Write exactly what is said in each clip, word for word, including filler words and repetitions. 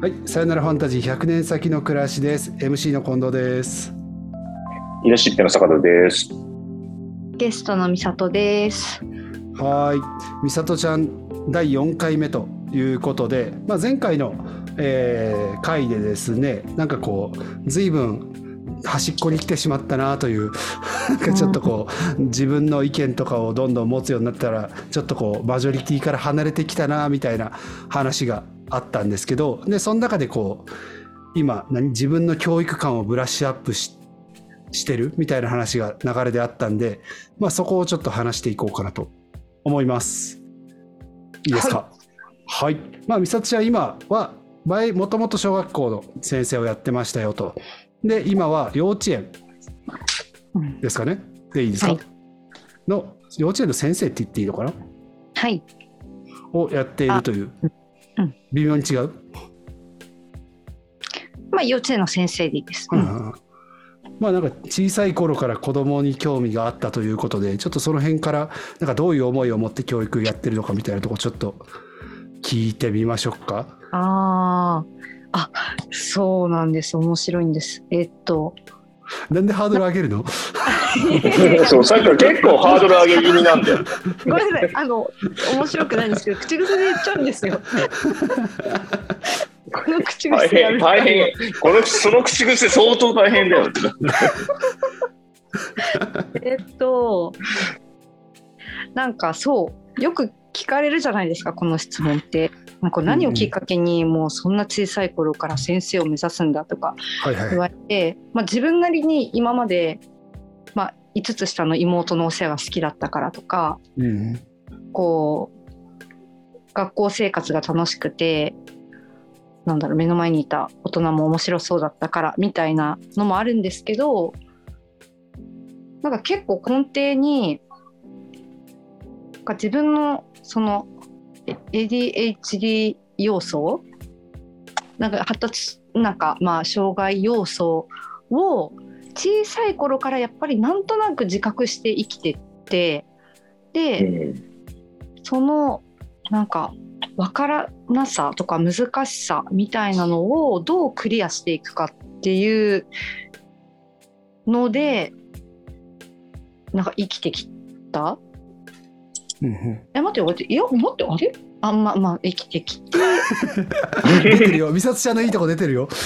はい、さよならファンタジーひゃくねん先の暮らしです。 エムシー の近藤です。 言い出しっぺの坂田です。 ゲストのみさとです。 はい、みさとちゃんだいよんかいめということで、まあ、前回の、えー、回でですね、なんかこう随分端っこに来てしまったなというなんかちょっとこう自分の意見とかをどんどん持つようになったらちょっとこうマジョリティから離れてきたなみたいな話があったんですけど、でその中でこう今何自分の教育観をブラッシュアップししてるみたいな話が流れであったんで、まあ、そこをちょっと話していこうかなと思います。いいですか？はい、はい。まあ美里ちゃん今は前もともと小学校の先生をやってましたよと。で今は幼稚園ですかね、うん、でいいですか、はい、の幼稚園の先生って言っていいのかな、 はい、 をやっているという、うん、微妙に違う、 まあ幼稚園の先生でいいです、 うんうん、まあなんか小さい頃から子供に興味があったということで、ちょっとその辺からなんかどういう思いを持って教育やってるのかみたいなところちょっと聞いてみましょうか。 ああ、そうなんです。面白いんです。えっとなんでハードル上げるの？ そうさっきから結構ハードル上げ気味なんだよ。 ごめんなさい、あの面白くないんですけど口癖で言っちゃうんですよ。この口癖やる大変、大変。このその口癖相当大変だよ。 えっとなんかそうよく聞かれるじゃないですか、この質問って。なんか何をきっかけにもうそんな小さい頃から先生を目指すんだとか言われて、はいはい、まあ、自分なりに今まで、まあ、いつつ下の妹のお世話が好きだったからとか、うん、こう学校生活が楽しくてなんだろう目の前にいた大人も面白そうだったからみたいなのもあるんですけど、なんか結構根底になんか自分のそのエーディーエイチディー 要素なんか発達なんかまあ障害要素を小さい頃からやっぱりなんとなく自覚して生きてってで、うん、そのなんか分からなさとか難しさみたいなのをどうクリアしていくかっていうのでなんか生きてきた。うんうん、え待っていや待ってあれあんままあ生きてきて出てるよ、美里ちゃんのいいとこ出てるよ。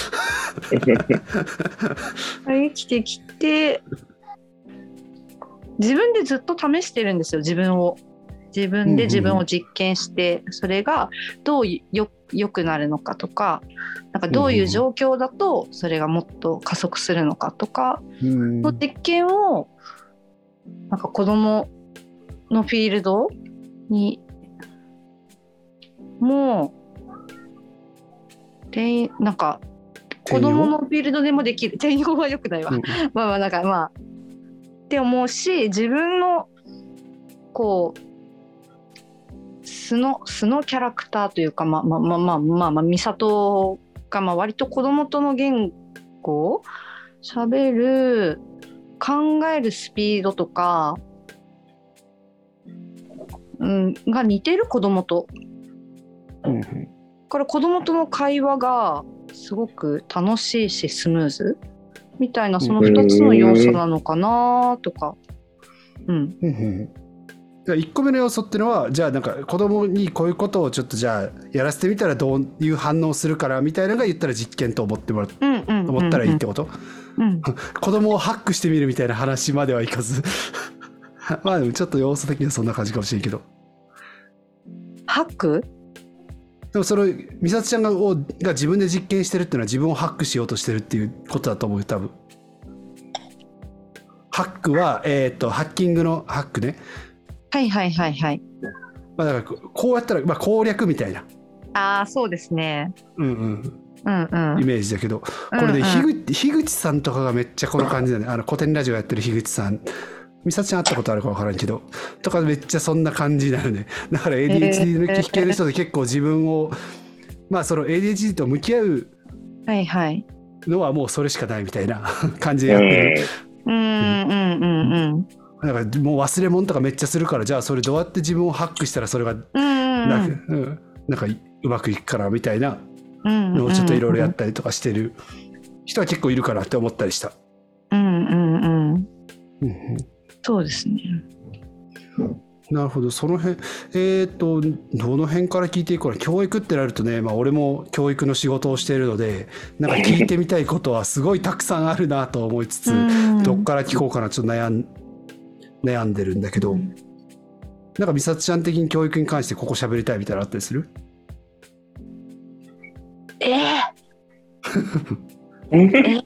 生きてきて自分でずっと試してるんですよ。自分を自分で自分を実験して、うんうん、それがどうよ良くなるのかとか、なんかどういう状況だとそれがもっと加速するのかとかの実験をなんか子供のフィールドにもうなんか子供のフィールドでもできる。転用は良くないわ、うん、まあまあなんかまあって思うし、自分のこう素の素のキャラクターというかまあまあまあまあまあまあ美里がまあ割と子供との言語を喋る考えるスピードとかうん、が似てる子供と、うん、から子供との会話がすごく楽しいしスムーズみたいなそのふたつの要素なのかなとか、うんうん、 じゃあいっこめの要素っていうのはじゃあなんか子供にこういうことをちょっとじゃあやらせてみたらどういう反応するからみたいなのが言ったら実験と思ってもらう、うんうんうんうん、思ったらいいってこと、うん、子供をハックしてみるみたいな話まではいかずまあでもちょっと要素的にはそんな感じかもしれんけど。 ハック？ でもそれ美里ちゃんがをが自分で実験してるっていうのは自分をハックしようとしてるっていうことだと思うよ多分。ハックはえっとハッキングのハックね。 はいはいはいはい。 まあだからこうやったらまあ攻略みたいな。 ああそうですね。 うんうん。 うんうん、 イメージだけど、これで樋口、うんうん、樋口さんとかがめっちゃこの感じだね。あの古典ラジオやってる樋口さん、美里ちゃん会ったことあるか分からんけどとかめっちゃそんな感じなので、だから エーディーエイチディー の聞系の人で結構自分をまあその エーディーエイチディー と向き合うのはもうそれしかないみたいな感じでやってる。 うんうんうんうん。 だからもう忘れ物とかめっちゃするから、じゃあそれどうやって自分をハックしたらそれがなんか、うん、なんかうまくいくからみたいなのをちょっといろいろやったりとかしてる人は結構いるかなって思ったりした。 うんうんうん。 うんうん、 そうですね。 なるほど。その辺、えっと、どの辺から聞いていくかな。教育ってなるとね、まあ俺も教育の仕事をしているので、なんか聞いてみたいことはすごいたくさんあるなと思いつつ、どっから聞こうかなちょっと悩ん、悩んでるんだけど、うん、なんか美里ちゃん的に教育に関してここ喋りたいみたいなのあったりする？ えー、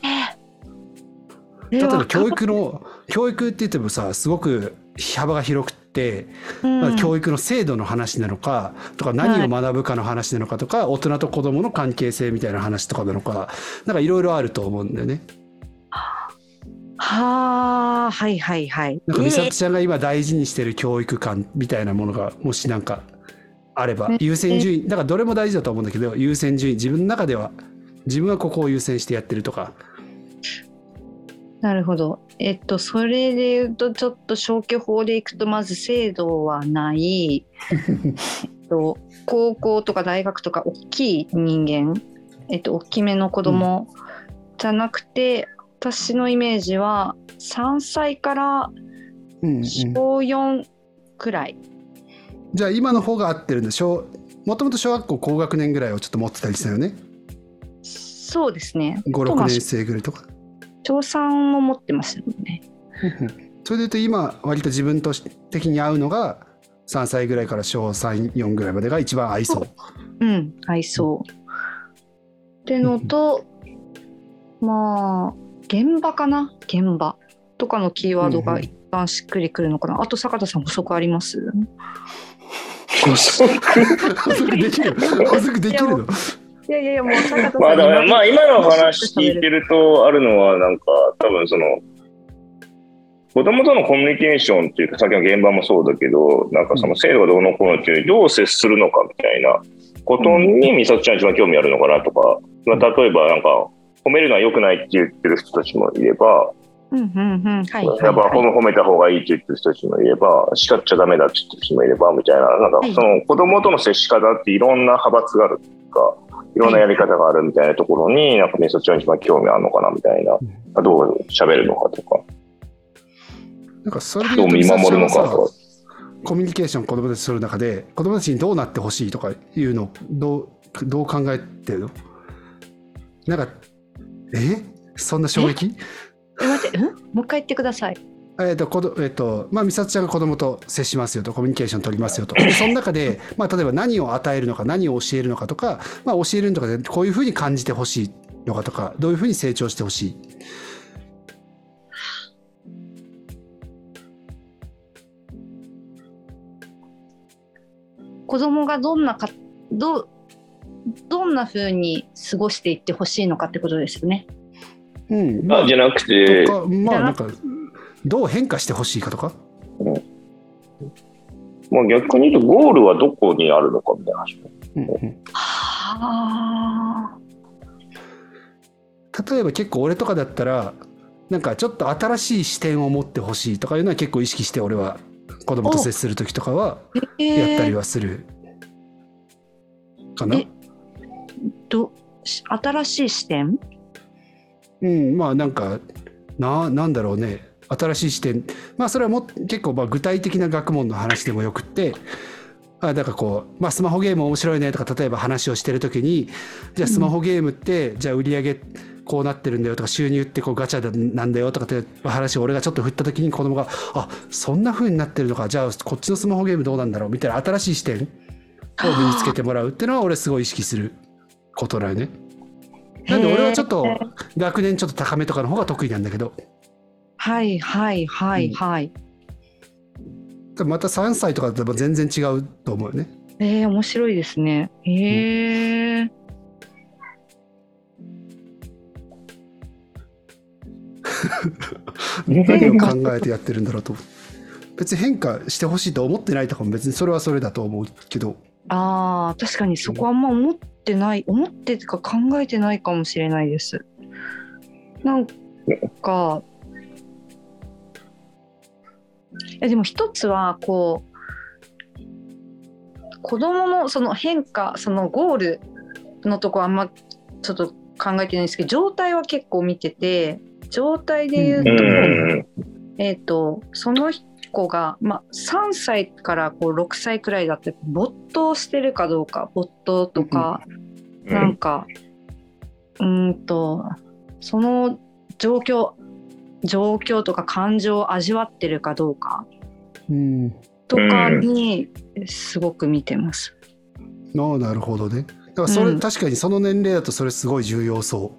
例えば教育の教育って言ってもさ、すごく幅が広くて、うん、まあ、教育の制度の話なのかとか、何を学ぶかの話なのかとか、はい、大人と子どもの関係性みたいな話とかなのか、なんかいろいろあると思うんだよね。 はあ、はいはいはい。 なんか美里ちゃんが今大事にしてる教育観みたいなものがもしなんかあれば、優先順位、だからどれも大事だと思うんだけど、優先順位、自分の中では自分はここを優先してやってるとか。 なるほど。えっとそれで言うと、ちょっと消去法でいくと、まず制度はないえっと高校とか大学とか大きい人間、えっと大きめの子供じゃなくて、うん、私のイメージはさんさいからしょうよんくらい、 うんうん、じゃあ今の方が合ってるんでしょう。もともと小学校高学年ぐらいをちょっと持ってたりしたよね。 そうですね。 ご、ろくねん生ぐらいとか。 小さんも持ってますよね。 それでいうと今割と自分と的に合うのがさんさいぐらいから小さん、よんぐらいまでが一番合いそう。 うん、合いそうってのとまあ現場かな、現場とかのキーワードが一番しっくりくるのかな。あと坂田さん補足あります？ 補足補足できる補足できるの？ いやいやいや、もう坂田さん、 まあ、だからまあ今の話聞いてるとあるのは、なんか多分その子供とのコミュニケーションっていうか、さっきの現場もそうだけど、なんかその制度がどうのこうのっていうどう接するのかみたいなことに美里ちゃん一番興味あるのかなとか、まあ、例えばなんか褒めるのは良くないって言ってる人たちもいれば、やっぱ褒めた方がいいって言ってる人たちもいれば、叱っちゃダメだって言ってる人もいればみたいな、なんかその子供との接し方っていろんな派閥があるとか、いろんなやり方があるみたいなところに、なんか美里ちゃん一番興味あるのかなみたいな、うん、どう喋るのかとか、 なんかそれで言うとどう見守るのかとか、 コミュニケーション子供たちする中で子供たちにどうなってほしいとかいうのをどうどう考えてるの？なんかえそんな衝撃？ え待って、ん？もう一回言ってください。 えーとこどえーとまあ、美里ちゃんが子供と接しますよと、コミュニケーション取りますよと、でその中で、まあ、例えば何を与えるのか何を教えるのかとか、まあ、教えるのとかでこういうふうに感じてほしいのかとか、どういうふうに成長してほしい。 子供がどんなかどどんなふうに過ごしていってほしいのかってことですよね。 うん、 あじゃなくて、 まあなんかどう変化してほしいかとか、 うん、まあ、逆に言うとゴールはどこにあるのかみたいな話、うんうん、 は例えば結構俺とかだったらなんかちょっと新しい視点を持ってほしいとかいうのは結構意識して俺は子供と接する時とかはやったりはするかな。 えど新しい視点？ うん、まあなんかな、なんだろうね、新しい視点、まあそれはも結構まあ具体的な学問の話でもよくって、あだからこう、まあ、スマホゲーム面白いねとか例えば話をしてる時に、じゃあスマホゲームって、うん、じゃあ売り上げこうなってるんだよとか、収入ってこうガチャなんだよとかって話を俺がちょっと振った時に子供があそんな風になってるのか、じゃあこっちのスマホゲームどうなんだろうみたいな新しい視点を身につけてもらうっていうのは俺すごい意識することだよね。なんで俺はちょっと学年ちょっと高めとかの方が得意なんだけど。 はいはいはいはい、 うん、またさんさいとかだと全然違うと思うよね。 えー、面白いですね。へえー、 うん、何を考えてやってるんだろうと。別に変化してほしいと思ってないとかも別にそれはそれだと思うけど。 あー確かにそこはあんま思ってない、思ってとか考えてないかもしれないです。なんかえでも一つはこう子どものその変化、そのゴールのとこあんまちょっと考えてないんですけど、状態は結構見てて、状態で言うと、 うん、 えっとその子が、まあ、さんさいからこうろくさいくらいだって没頭してるかどうか、没頭とか、 うん、 なんかうーんとその状況状況とか感情を味わってるかどうかうんとかにすごく見てます。 ああなるほどね。だからそれ、 うん、 確かにその年齢だとそれすごい重要そう。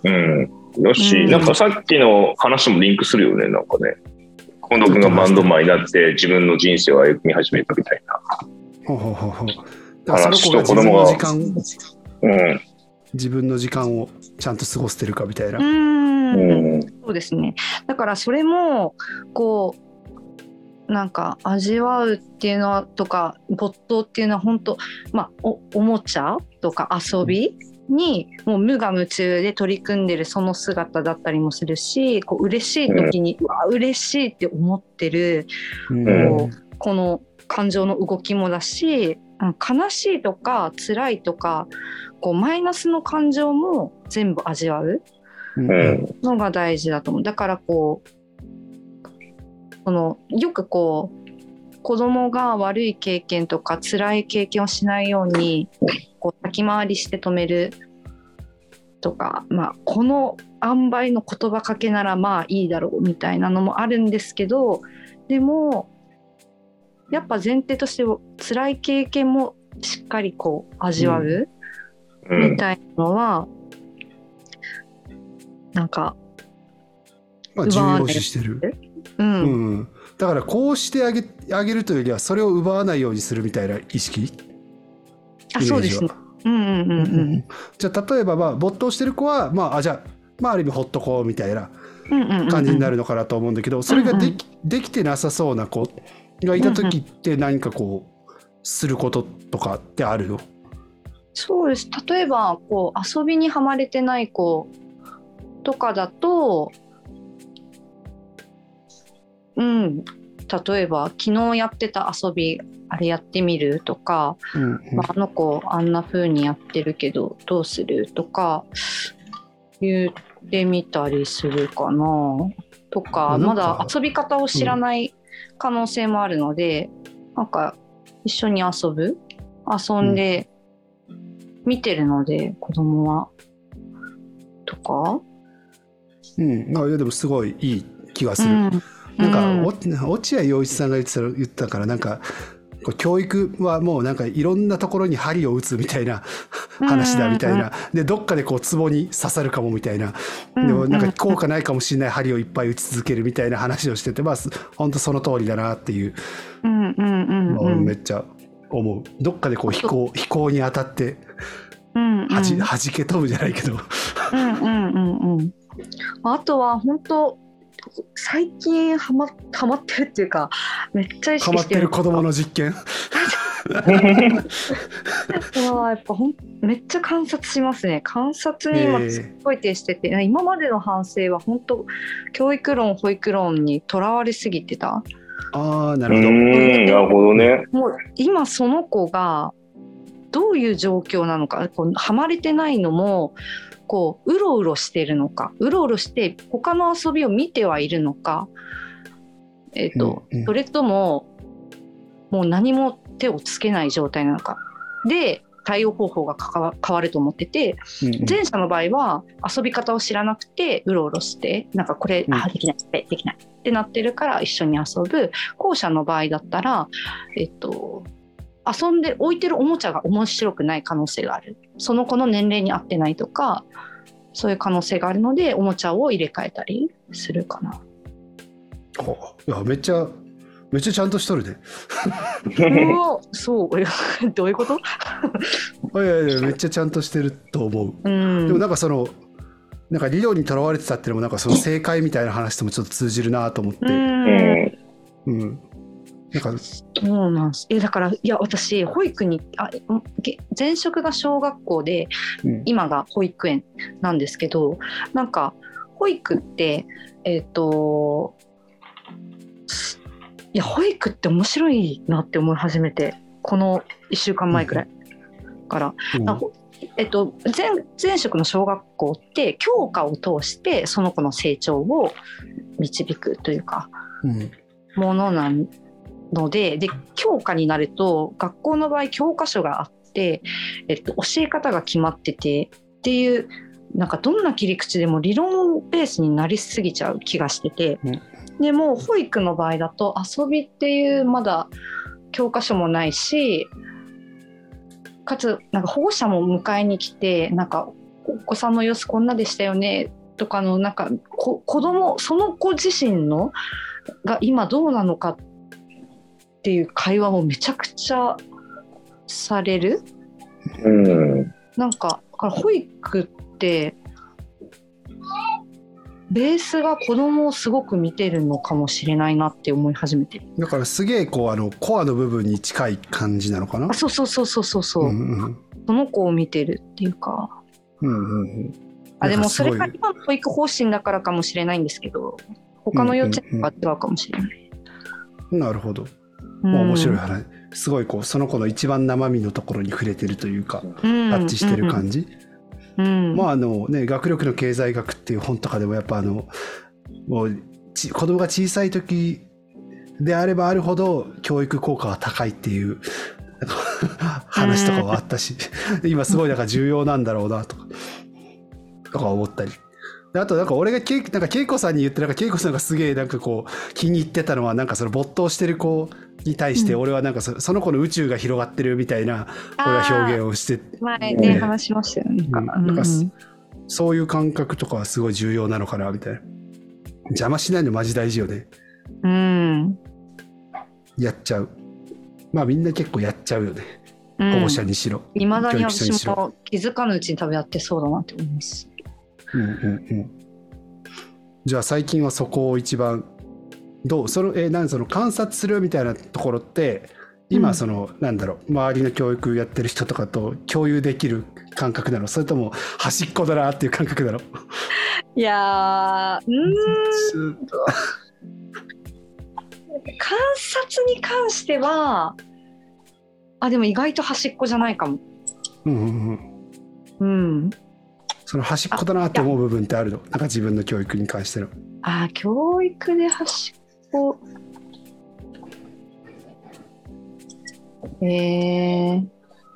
うん。よし、 うんなんかさっきの話もリンクするよね、なんかね。近藤君がバンドマンになって自分の人生を歩み始めたみたいなほうほうほうほう。だからそ話の子が自分と子供が、 の時間、 うん、 自分の時間をちゃんと過ごしてるかみたいな。 うーん、 うん、 そうですね。だからそれもこうなんか味わうっていうのはとか没頭っていうのは本当、まあ、お, おもちゃとか遊びにもう無我夢中で取り組んでるその姿だったりもするし、こう嬉しい時に、うん、うわ嬉しいって思ってる、 うん、 こうこの感情の動きもだし、悲しいとか辛いとかこうマイナスの感情も全部味わうのが大事だと思う。だからこうそのよくこう子供が悪い経験とか辛い経験をしないようにこう先回りして止めるとか、まあ、この塩梅の言葉かけならまあいいだろうみたいなのもあるんですけど、でもやっぱ前提として辛い経験もしっかりこう味わうみたいなのは、うん、なんか、 まあ、重要視してる、うんうん、だからこうしてあ げ, あげるというよりはそれを奪わないようにするみたいな意識。 あ、そうですね。うんうんうんうん。 じゃあ例えばまあ没頭してる子はまああじゃあまあある意味ほっとこうみたいな感じになるのかなと思うんだけど、それが で き, できてなさそうな子がいた時って何かこうすることとかってあるの？ そうです。例えばこう遊びにはまれてない子とかだと、うん、例えば昨日やってた遊びあれやってみるとか、うんうんまあ、あの子あんな風にやってるけどどうするとか言ってみたりするかなとか、まだ遊び方を知らない可能性もあるので、うん、なんか一緒に遊ぶ遊んで見てるので、うん、子供はとか、 うん、あいやでもすごいいい気がする、うん、なんか、うん、落合陽一さんが言ってた、言ったからなんか教育はもうなんかいろんなところに針を打つみたいな話だみたいな、でどっかでこうツボに刺さるかもみたいな、でもなんか効果ないかもしれない針をいっぱい打ち続けるみたいな話をしてて、まあ本当その通りだなっていう、うんうんうんうん、めっちゃ思う。どっかでこう飛行飛行に当たってはじ、うんうん、弾け飛ぶじゃないけどうんうんうんうん。あとは本当最近ハマ、ハマってるっていうかめっちゃ意識してるハマってる子供の実験やっぱほんめっちゃ観察しますね。観察に今すごい徹してて、えー、今までの反省は本当教育論保育論にとらわれすぎてた。 あーなるほど。 うんなるほどね。 もう今その子がどういう状況なのか、こうハマれてないのもこううろうろしてるのか、うろうろして他の遊びを見てはいるのか、えーとうんうん、それとももう何も手をつけない状態なのかで対応方法が変わると思ってて、うんうん、前者の場合は遊び方を知らなくてうろうろしてなんかこれ、うん、あできないできないってなってるから一緒に遊ぶ。後者の場合だったら、えっと、遊んで置いてるおもちゃが面白くない可能性がある。その子の年齢に合ってないとかそういう可能性があるのでおもちゃを入れ替えたりするかな。 いやめっちゃめっちゃちゃんとしとるねそうどういうこといやいやめっちゃちゃんとしてると思う、うん、でもなんかそのなんか理論にとらわれてたっていうのもなんかその正解みたいな話ともちょっと通じるなと思って、うん、うん、なんかそうなんです。えだからいや私保育にあ前職が小学校で、うん、今が保育園なんですけど、なんか保育ってえっといや保育って面白いなって思い始めてこのいっしゅうかんまえくらい、うん、 から、 うんなんかえっと、前, 前職の小学校って教科を通してその子の成長を導くというか、 うん、 ものなので、で教科になると学校の場合教科書があって、えっと、教え方が決まっててっていう、なんかどんな切り口でも理論ベースになりすぎちゃう気がしてて、 うん、 でも保育の場合だと遊びっていうまだ教科書もないし、かつなんか保護者も迎えに来て、なんかお子さんの様子こんなでしたよねとかの、なんかこ子供その子自身のが今どうなのかっていう会話もめちゃくちゃされる、 うん、 なんか保育ってベースが子供をすごく見てるのかもしれないなって思い始めてる。 だからすげえこうあのコアの部分に近い感じなのかな。 あ、そうそうそうそうそうそう、 うんうん、 その子を見てるっていうか、 うんうんうん、 あでもそれが今の保育方針だからかもしれないんですけど、他の幼稚園は違うかもしれない、 うんうんうん、なるほど、 うん、 まあ、面白い話。すごいこうその子の一番生身のところに触れてるというか、うん、タッチしてる感じ、うんうん、まああのね、学力の経済学っていう本とかでもやっぱあのもうち子供が小さい時であればあるほど教育効果は高いっていう話とかはあったし、今すごいなんか重要なんだろうなとかとか思ったり、であとなんか俺がけなんか恵子さんに言って、なんか恵子さんがすげえなんかこう気に入ってたのは、なんかその没頭してる子に対して俺はなんか そ,、うん、その子の宇宙が広がってるみたいな俺は表現をして前ね話しましたよね、 うん、なんかそういう感覚とかはすごい重要なのかなみたいな。邪魔しないのマジ大事よね。 うん、 やっちゃう。まあみんな結構やっちゃうよね、うん、保護者にしろいまだに私も気づかぬうちに多分やってそうだなって思います。 うんうんうん。じゃあ最近はそこを一番どうその、えー、なんその観察するみたいなところって今その、うん、なんだろう、周りの教育やってる人とかと共有できる感覚なの、それとも端っこだなっていう感覚なの？ いやー、うーん観察に関してはあでも意外と端っこじゃないかも。 うんうんうん。 うん。 その端っこだなって思う部分ってあるの？なんか自分の教育に関しての。 あ、教育で端っこ。えー。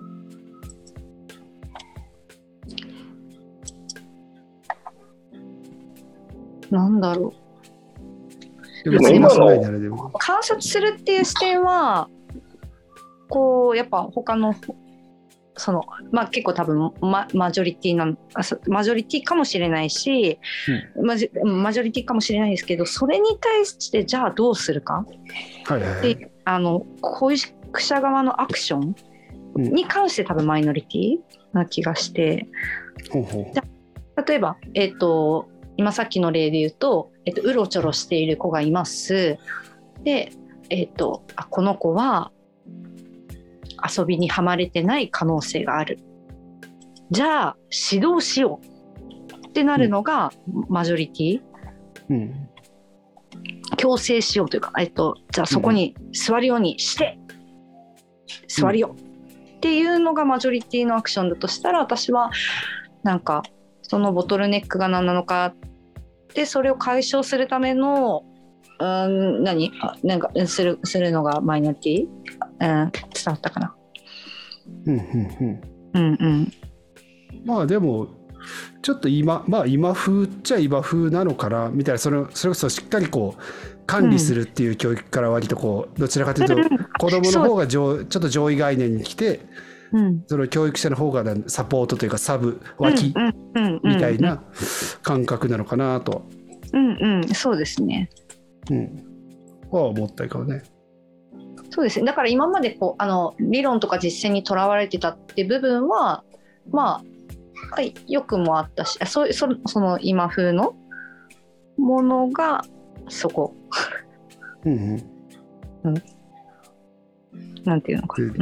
なんだろう。 でも今の観察するっていう視点はこうやっぱ他のそのまあ結構多分 マ, マジョリティなマジョリティかもしれないし、うん、マ, ジマジョリティかもしれないですけど、それに対してじゃあどうするか、はいはいはい、であの保育者側のアクションに関して多分マイノリティな気がして、うん、ほうほう。じゃ例えば、えーと、今さっきの例で言うと、えーと、うろちょろしている子がいます。で、えーと、あこの子は遊びにはまれてない可能性がある。じゃあ指導しようってなるのがマジョリティ、うん、強制しようというか、えっと、じゃあそこに座るようにして、うん、座るよっていうのがマジョリティのアクションだとしたら、私はなんかそのボトルネックが何なのかで、それを解消するためのうん何あなんかするするのがマイノリティ、うん、伝わったかな。 うんうんうんうんうん。 まあでもちょっと今まあ今風っちゃ今風なのかなみたいな、それそれこそしっかりこう管理するっていう教育から割とこうどちらかというと子どもの方が上ちょっと上位概念に来て、うん、その教育者の方がサポートというかサブ脇みたいな感覚なのかなと。 うんうん、そうですね。 うん、は思ったかもね。 そうですね。だから今までこうあの理論とか実践にとらわれてたって部分はまあ良くもあったし、そそその今風のものがそこ。うんうん。うん。なんていうのか。うん。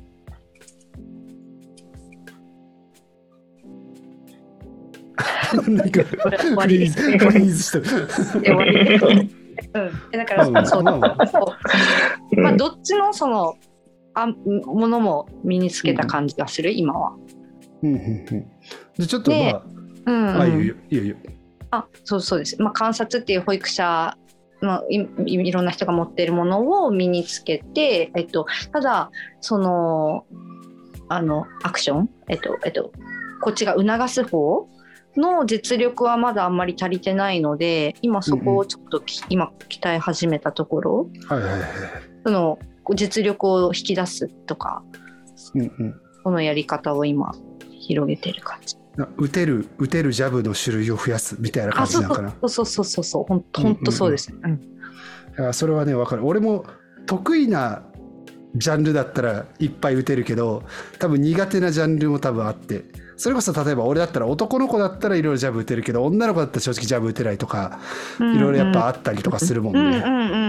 なんか終わり。終わりした。終わり。うん、だからそう、まあ、まあどっちのそのあものも身につけた感じがする、うん、今は。 うんうんうん、でちょっとまあ、 うんうん、 あいいよいいよいいよ。 あそうそうです、まあ、観察っていう保育者の い, いろんな人が持っているものを身につけて、えっと、ただそのあのアクション、えっとえっと、こっちが促す方の実力はまだあんまり足りてないので、今そこをちょっと、うんうん、今鍛え始めたところ、 はいはいはい、 その実力を引き出すとか、 うんうん、 このやり方を今広げてる感じ。 打てる打てるジャブの種類を増やすみたいな感じなのかな。 そうそうそうそうそう、ほんと、ほんとそうですね、うんうんうん、いやそれはね分かる。俺も得意なジャンルだったらいっぱい打てるけど、多分苦手なジャンルも多分あって、それこそ例えば俺だったら男の子だったらいろいろジャブ打てるけど、女の子だったら正直ジャブ打てないとか、いろいろやっぱあったりとかするもんね。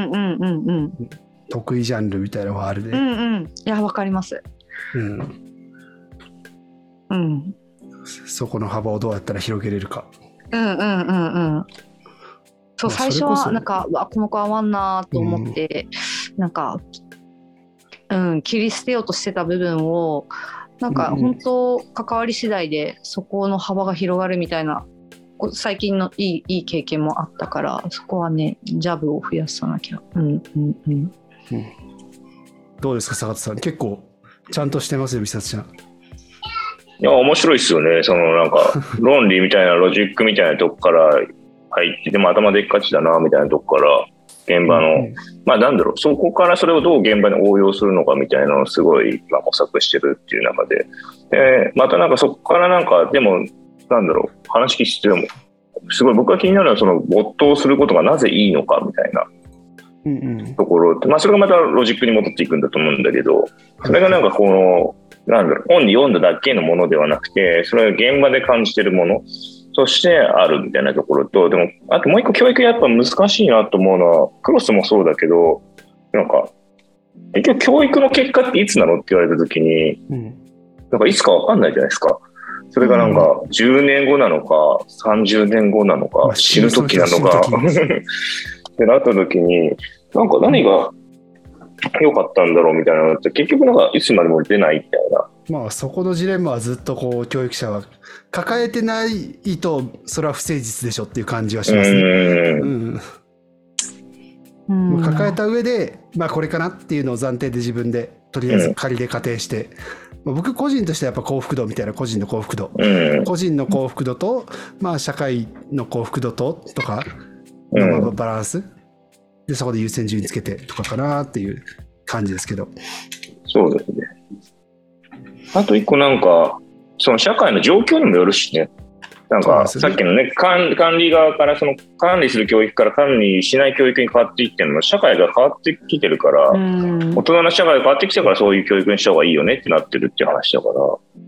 得意ジャンルみたいなのはあるね。 うんうん、いや分かります。 うんうん、 そこの幅をどうやったら広げれるか。 うんうんうんうん。そう、最初はなんかわこの子合わんなと思って、うん、なんか、うん、切り捨てようとしてた部分をなんか本当関わり次第でそこの幅が広がるみたいな、最近のいい、いい経験もあったから、そこはねジャブを増やさなきゃ。うんうんうん。うん、 どうですか坂田さん、結構ちゃんとしてますよ美里ちゃん。 いや面白いっすよね。そのなんか論理みたいなロジックみたいなとこから入って、でも頭でっかちだなみたいなとこから現場の、うん、まあなんだろう、そこからそれをどう現場に応用するのかみたいなのをすごい、まあ、模索してるっていう中で、でまたなんかそこからなんかでもなんだろう、話聞いててもすごい僕が気になるのはその没頭することがなぜいいのかみたいなところ、うんうん、まあそれがまたロジックに戻っていくんだと思うんだけど、それがなんかこのなんだろう、本に読んだだけのものではなくて、それが現場で感じてるものとしてあるみたいなところと、でもあともう一個教育やっぱ難しいなと思うのは、クロスもそうだけど、なんか結局教育の結果っていつなのって言われた時に、うん、なんかいつか分かんないじゃないですか。それがなんかじゅうねんごなのかさんじゅうねんごなのか、死ぬ時なのかってなった時に、なんか何が良かったんだろうみたいなのって結局なんかいつまでも出ないみたいな。 まあそこのジレンマはずっとこう教育者は抱えてないと、それは不誠実でしょっていう感じはしますね。うんうん、抱えた上で、まあ、これかなっていうのを暫定で自分でとりあえず仮で仮定して、うん、僕個人としてはやっぱ幸福度みたいな、個人の幸福度、うん、個人の幸福度と、まあ、社会の幸福度ととかのバランスで、そこで優先順位つけてとかかなっていう感じですけど。 そうですね。あと一個なんかその社会の状況にもよるしね。なんかさっきのね、管, 管理側からその管理する教育から管理しない教育に変わっていってるのも社会が変わってきてるから、大人の社会が変わってきたからそういう教育にした方がいいよねってなってるっていう話だから。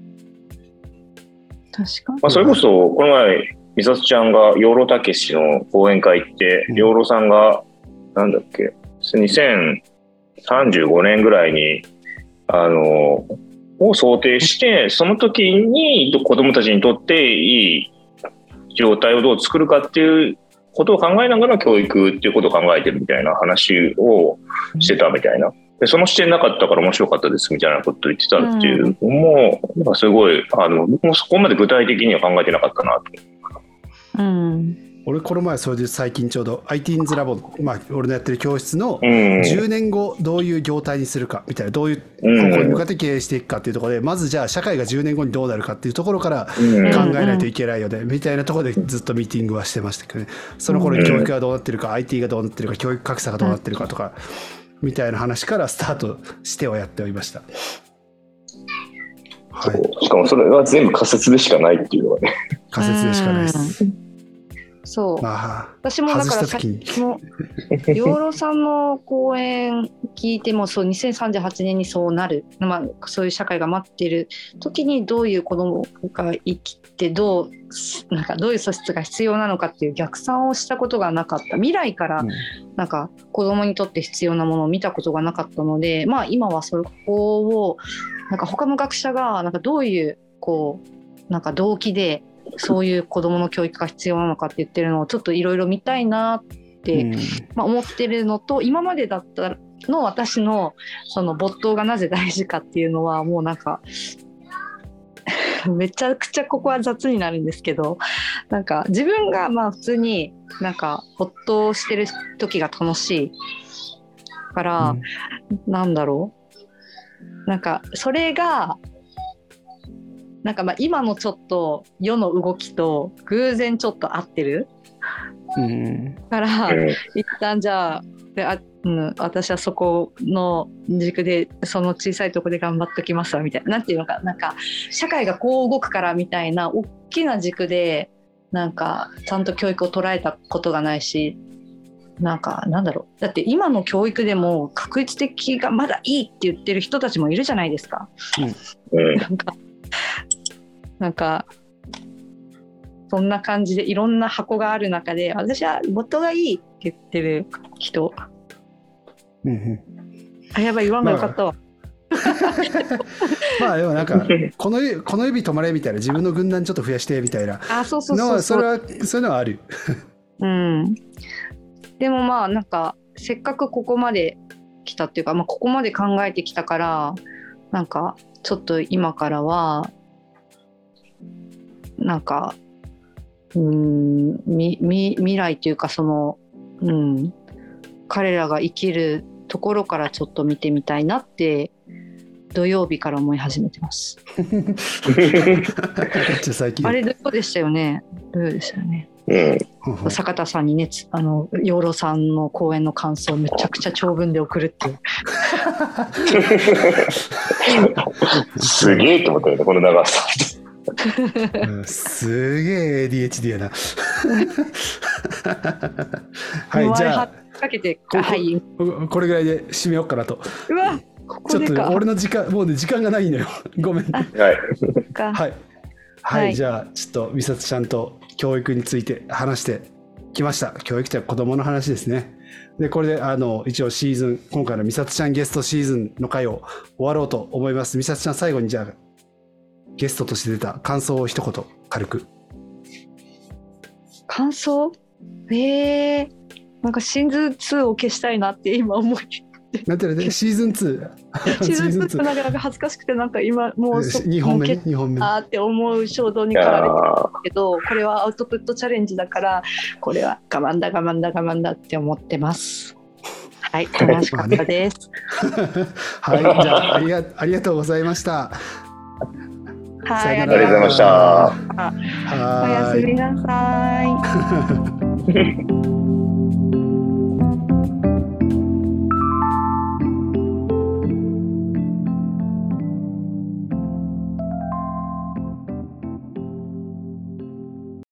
確かに。 まあ、それこそこの前美里ちゃんが養老たけしの講演会行って、養老さんがなんだっけにせんさんじゅうごねんぐらいにあのを想定して、その時に子どもたちにとっていい状態をどう作るかっていうことを考えながら教育っていうことを考えてるみたいな話をしてたみたいな。でその視点なかったから面白かったですみたいなことを言ってたっていうのも、うん、なんかすごいあの僕もそこまで具体的には考えてなかったなと。 うん、 俺この前それで最近ちょうど アイティーンズ ラボ、まあ、俺のやってる教室のじゅうねんごどういう業態にするかみたいな、どういう方向に向かって経営していくかっていうところで、まずじゃあ社会がじゅうねんごにどうなるかっていうところから考えないといけないよねみたいなところでずっとミーティングはしてましたけどね。その頃に教育がどうなってるか、 アイティー がどうなってるか、教育格差がどうなってるかとかみたいな話からスタートしてはやっておりました。 はい、しかもそれは全部仮説でしかないっていうのはね。 仮説でしかないです。 そう、私もだからさっきの養老さんの講演聞いても、そうにせんさんじゅうはちねんにそうなる、まあ、そういう社会が待ってる時にどういう子どもが生きてどうなんかどういう素質が必要なのかっていう逆算をしたことがなかった。未来からなんか子どもにとって必要なものを見たことがなかったので、まあ、今はそこをなんか他の学者がなんかどういうこうなんか動機でそういう子どもの教育が必要なのかって言ってるのをちょっといろいろ見たいなって、うんまあ、思ってるのと、今までだったの私のその没頭がなぜ大事かっていうのはもうなんかめちゃくちゃここは雑になるんですけど、なんか自分がまあ普通になんか没頭してる時が楽しいから、うん、なんだろう、なんかそれがなんかまあ今のちょっと世の動きと偶然ちょっと合ってる、うん、から一旦じゃあであ、うん、私はそこの軸でその小さいところで頑張っておきますわみたいな、なんていうのか、なんか社会がこう動くからみたいな大きな軸でなんかちゃんと教育を捉えたことがないし、なんかなんだろう、だって今の教育でも確率的がまだいいって言ってる人たちもいるじゃないですか、うん、なんかなんかそんな感じでいろんな箱がある中で私は元がいいって言ってる人、うんうん、あやばい言わんがよかったわ、 まあ、まあでもなんかこのこの指止まれみたいな、自分の軍団ちょっと増やしてみたいな、 あそうそうそうそう、 それはそういうのはあるうん、でもまあなんかせっかくここまで来たっていうか、まあ、ここまで考えてきたからなんかちょっと今からはなんかうーんみみ未来というかその、うん、彼らが生きるところからちょっと見てみたいなって土曜日から思い始めてます最近あれ土曜でしたよね、土曜でしたよね、うん、坂田さんにね、あの養老さんの講演の感想をめちゃくちゃ長文で送るっていうすげえと思ったよねこの長さうん、すげえ エーディーエイチディー やなはいじゃあかけてこ, はい、これぐらいで締めようかなと。 うわここでかちょっと俺の時間もうね時間がないのよごめんねはいはい、はいはい、じゃあちょっと美里ちゃんと教育について話してきました。教育とは子供の話ですね。でこれであの一応シーズン今回の美里ちゃんゲストシーズンの回を終わろうと思います。美里ちゃん最後にじゃあゲストとして出た感想を一言軽く。 感想？えー、なんかシーズンツーを消したいなって今思いなんていうのね、シーズンツーシーズンツーなんかなんか恥ずかしくてなんか今もうにほんめねにほんめあーって思う衝動に駆られてるけど、これはアウトプットチャレンジだからこれは我慢だ我慢だ我慢だって思ってます。はい楽しかったです、 はいじゃあありがありがとうございました。 はい、 ありがとうございました。 おやすみなさい。